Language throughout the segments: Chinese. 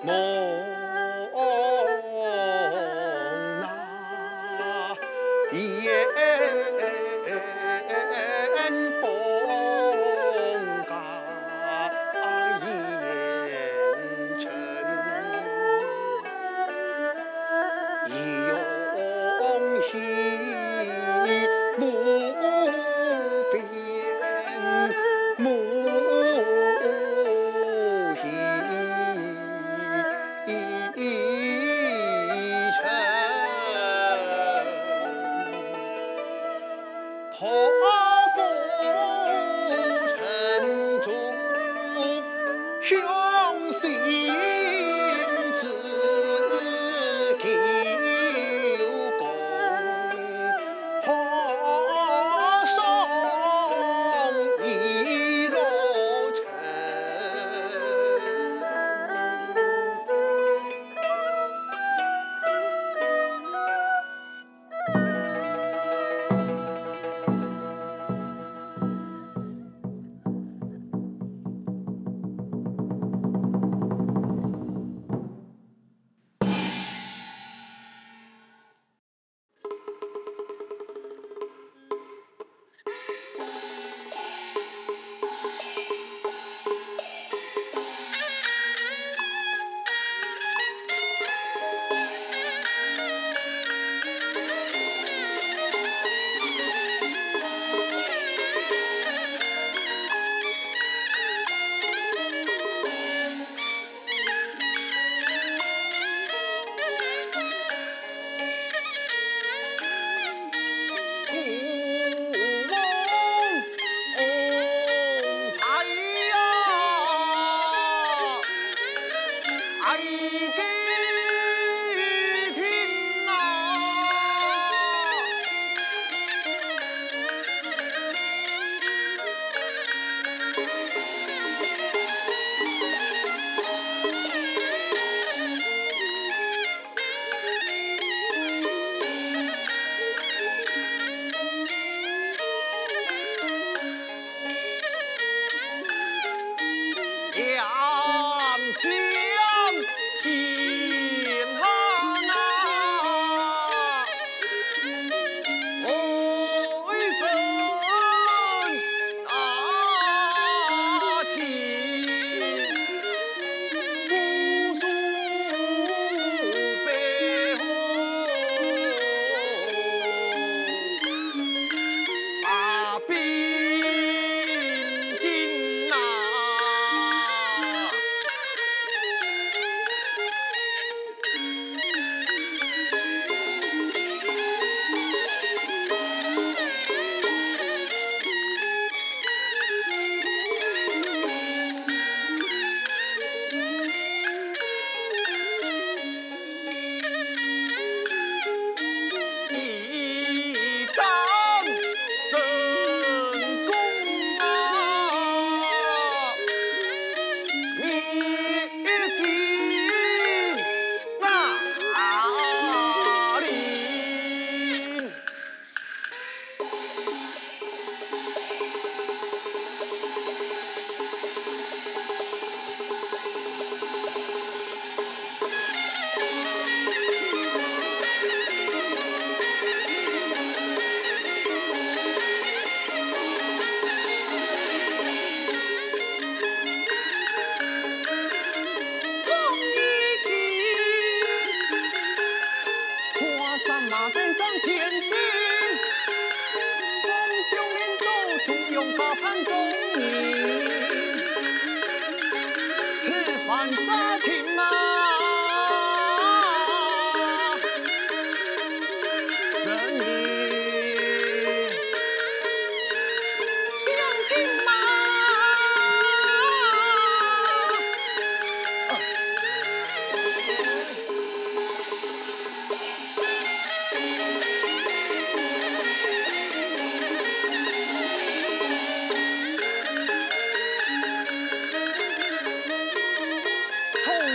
从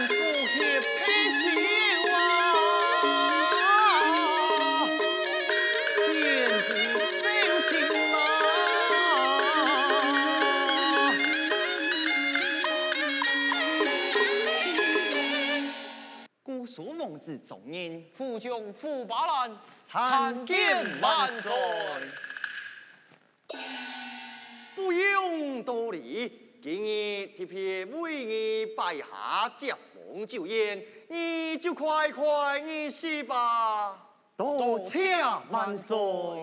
书孟子众人，虎将虎巴兰， 参见万岁。 不用多礼，今日特别为你摆下接风酒宴，你就快快你去吧。 多谢万岁。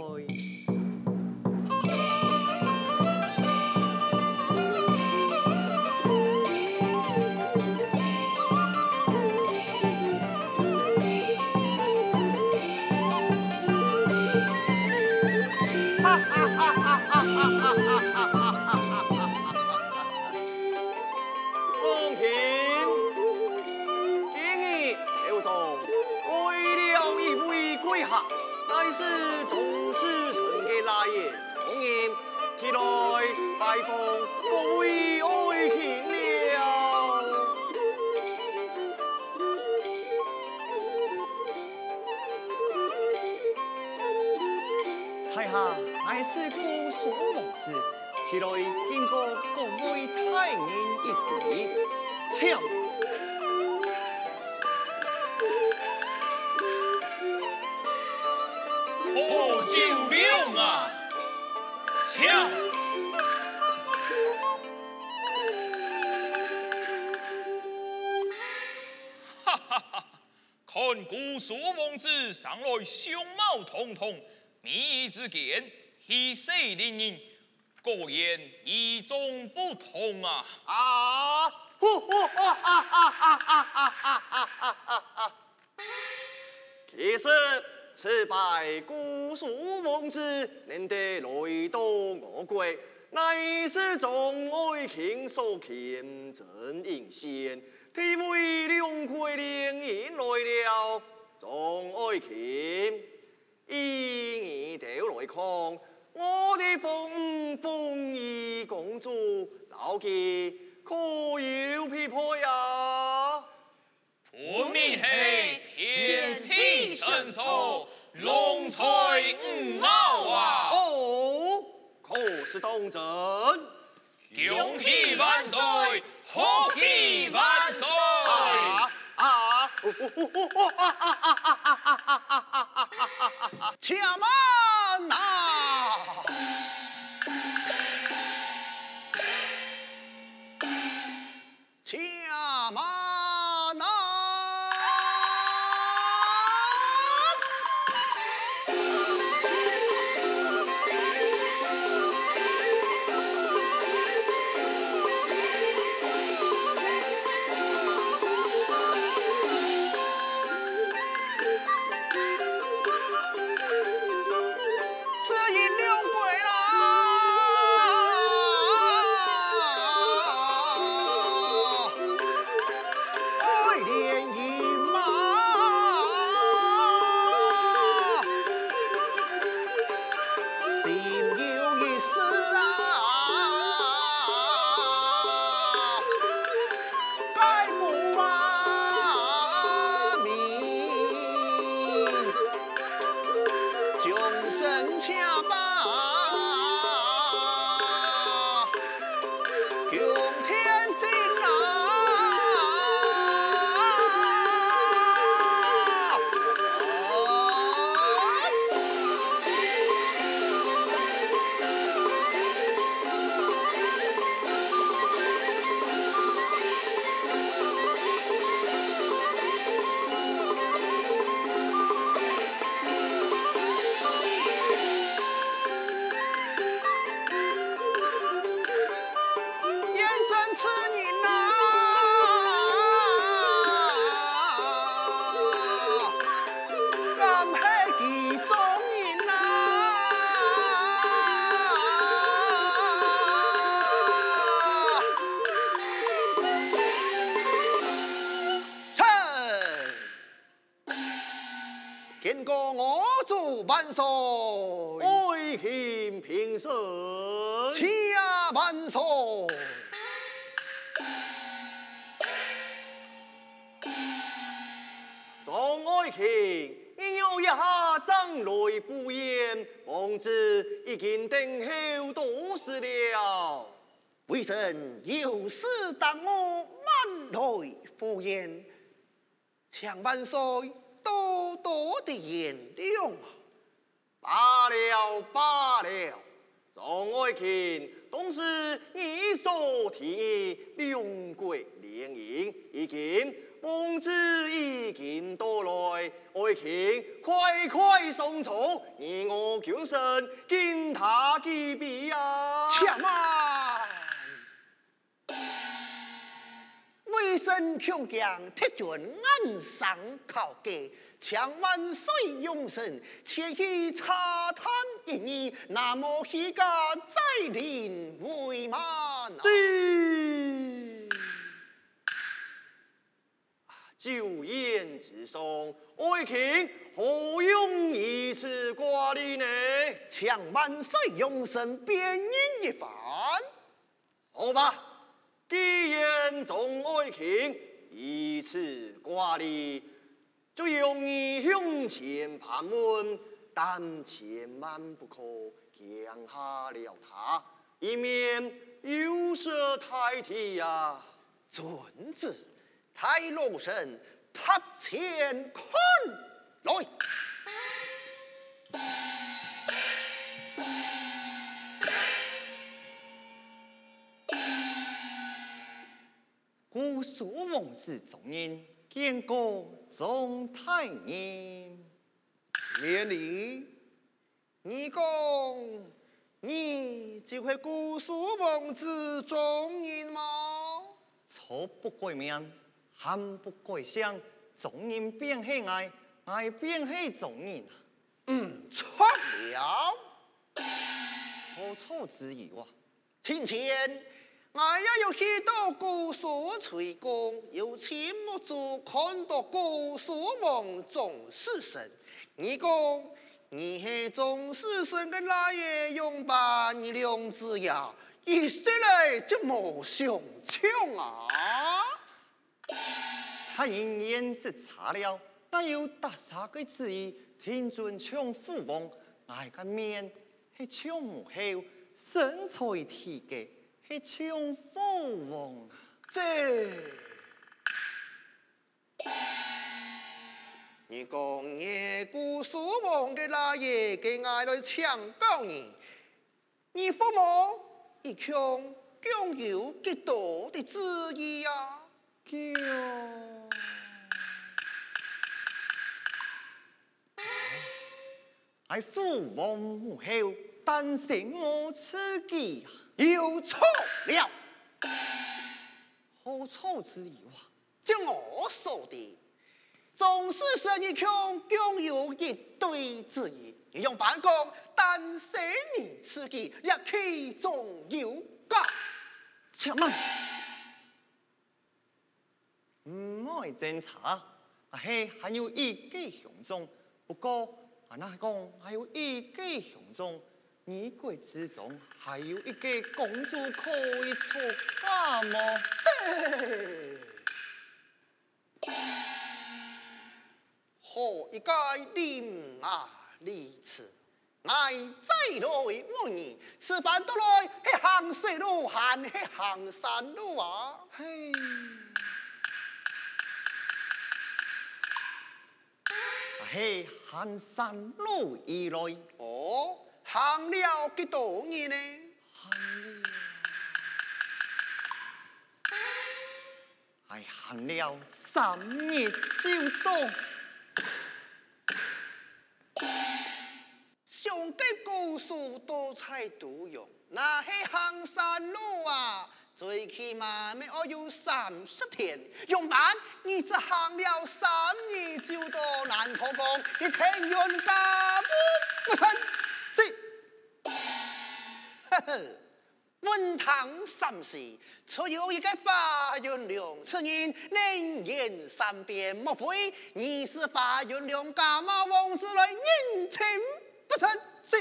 公平，今日朝中为了一位贵客，乃是重视臣的来也从严，提来拜访各位爱卿了。 在下乃是姑苏孟子，前来见过各位太人一回，请。 好酒量啊！请。哈哈哈！看姑苏王子上来相貌堂堂，面仪之见，气势凌人，果然与众不同啊！ 啊！呼呼哈哈哈哈哈哈哈哈！其实此拜姑苏王子能得来到我国，乃是众爱卿所见真应先，体为两国联姻来了。众爱卿，以你头来看，我的凤仪公主老吉可有匹配呀？ 分明系天体神手，龙才五傲啊！ 哦，可是当真？ 恭喜万岁，贺喜万岁！ 且慢呐！且慢呐！见过我主万岁， 爱卿平身， 且万岁。 众爱卿，你有一下将来赴宴，王子已经等候多时了。 微臣有事当我慢来赴宴，请请万岁多多的原谅啊！ 罢了罢了，众爱卿，当是你所提两国联姻，已经孟子已经到来，爱卿快快送出，你我君臣敬他几笔啊！ 且慢，微臣强将铁军安上靠街。请万岁永生，且去查探一二，那么许家再临未满。 酒宴之上，爱卿何用以此挂虑呢？ 请万岁永生便言一番。 好吧，既然众爱卿以此挂虑，就用你向前盘问，但千万不可降下了他，以免有失太体呀。 遵旨，太老神塔前看来。 古蜀王子众人见过众太人， 连理，你讲你就系古蜀王子众人吗？ 错不改名，汉不改姓，众人便是爱，爱便是众人。 错了， 何错之有啊？ 从前我也有许多古蜀吹功，有钱木主看到古蜀王众死神。你讲你是众死神的那爷用把你两子呀，一生来就莫想抢啊！ 他因言之差了，那有大杀个之意，天尊抢父王，爱个面是抢母后，身材体格。是抢父王啊！ 你讲你古蜀王的那爷给俺来抢告你，你父母一腔共有几多的旨意呀？ 爱父王母后，但是我自己有错了， 何错之有啊？ 就我说的，总是生一腔共有一对旨意，你用办公，但是你自己也其中有假。 且慢，唔爱侦查，係還有一記向中，不過那講還有一記向中。你鬼之中还有一个公主可以出家吗？ 何一该临啊离此？爱再来问你，吃饭都来，是行水路还是行山路啊？ 嘿，嘿，行山路以来。 哦。行了几多年呢？ 行了3年就多。 上个古书多才多用，那是行山路啊，最起码要有30天。用办你只行了3年就多，难可讲你天元家不成。文堂三世，出有一个法元良，此人能言善辩，莫非你是法元良伽马王之类人情不成？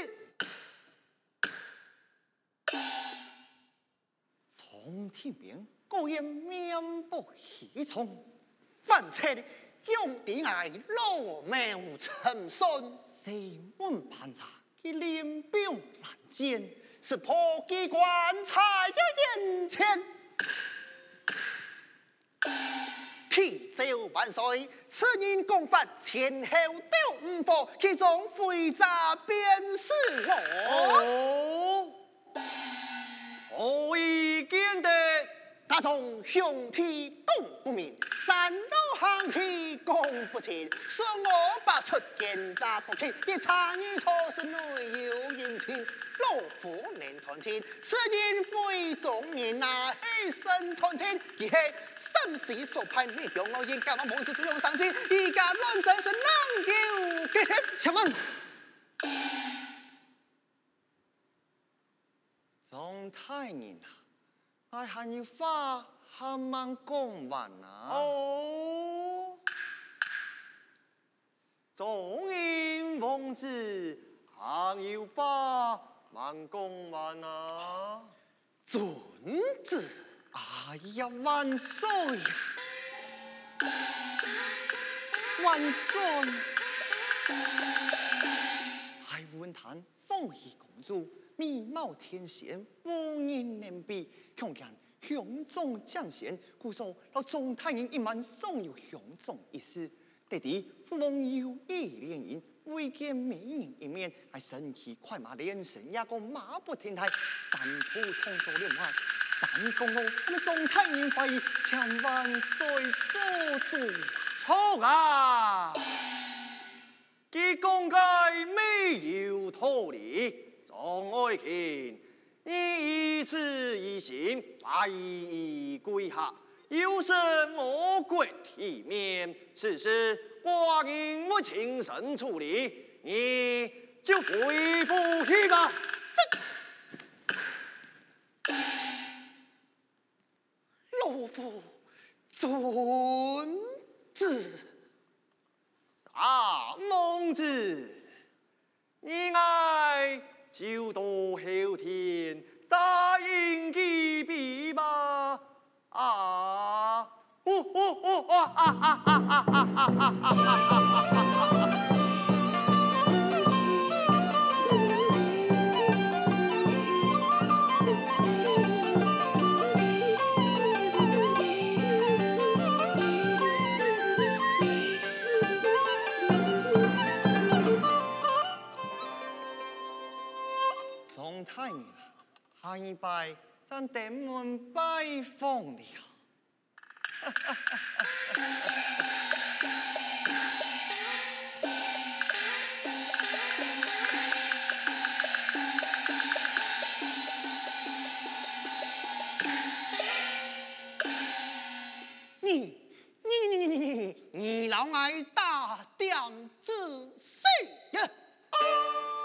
从天边果然面不喜从， 犯错的用的爱老谋成顺， 西门盘查其脸表难见。 是破机关在眼前， 喜奏万岁！此人功法前后都唔错，其中非诈便是我。 何以见得？ 他从兄弟功不明，山路行皮功不勤，说我把出奸诈不听，一查你错是内有隐情，老夫能团天，此人非众人呐，黑身团天，其系生死所派，你用我言教我妄自用上天，而家乱真是能有嘅？ 且慢，总太人啊！I 还要花还蛮讲完啊！ 哦，中英王子还要花蛮讲完啊！ 准子， 哎呀，万岁呀！万岁！还文坛凤仪公主，美貌天仙，无人能比。强见雄壮将贤，故说老总太人一晚送有雄壮一事。弟弟父王有意联姻，未见美人一面，还神骑快马连神也个马不停蹄，三步同走两岸。三公路，我们总太人怀疑，千万岁做主。 错啊！佢講嘅沒有道理，張愛卿，你以此以行，拜以歸下，有失我國體面，此事寡人我親身處理，你就回府去吧。 老夫准子。 傻孟子，你爱就到後天再應機比吧。啊！ 总太人啊，下一拜咱登门拜访了。 你老爱大点子细呀！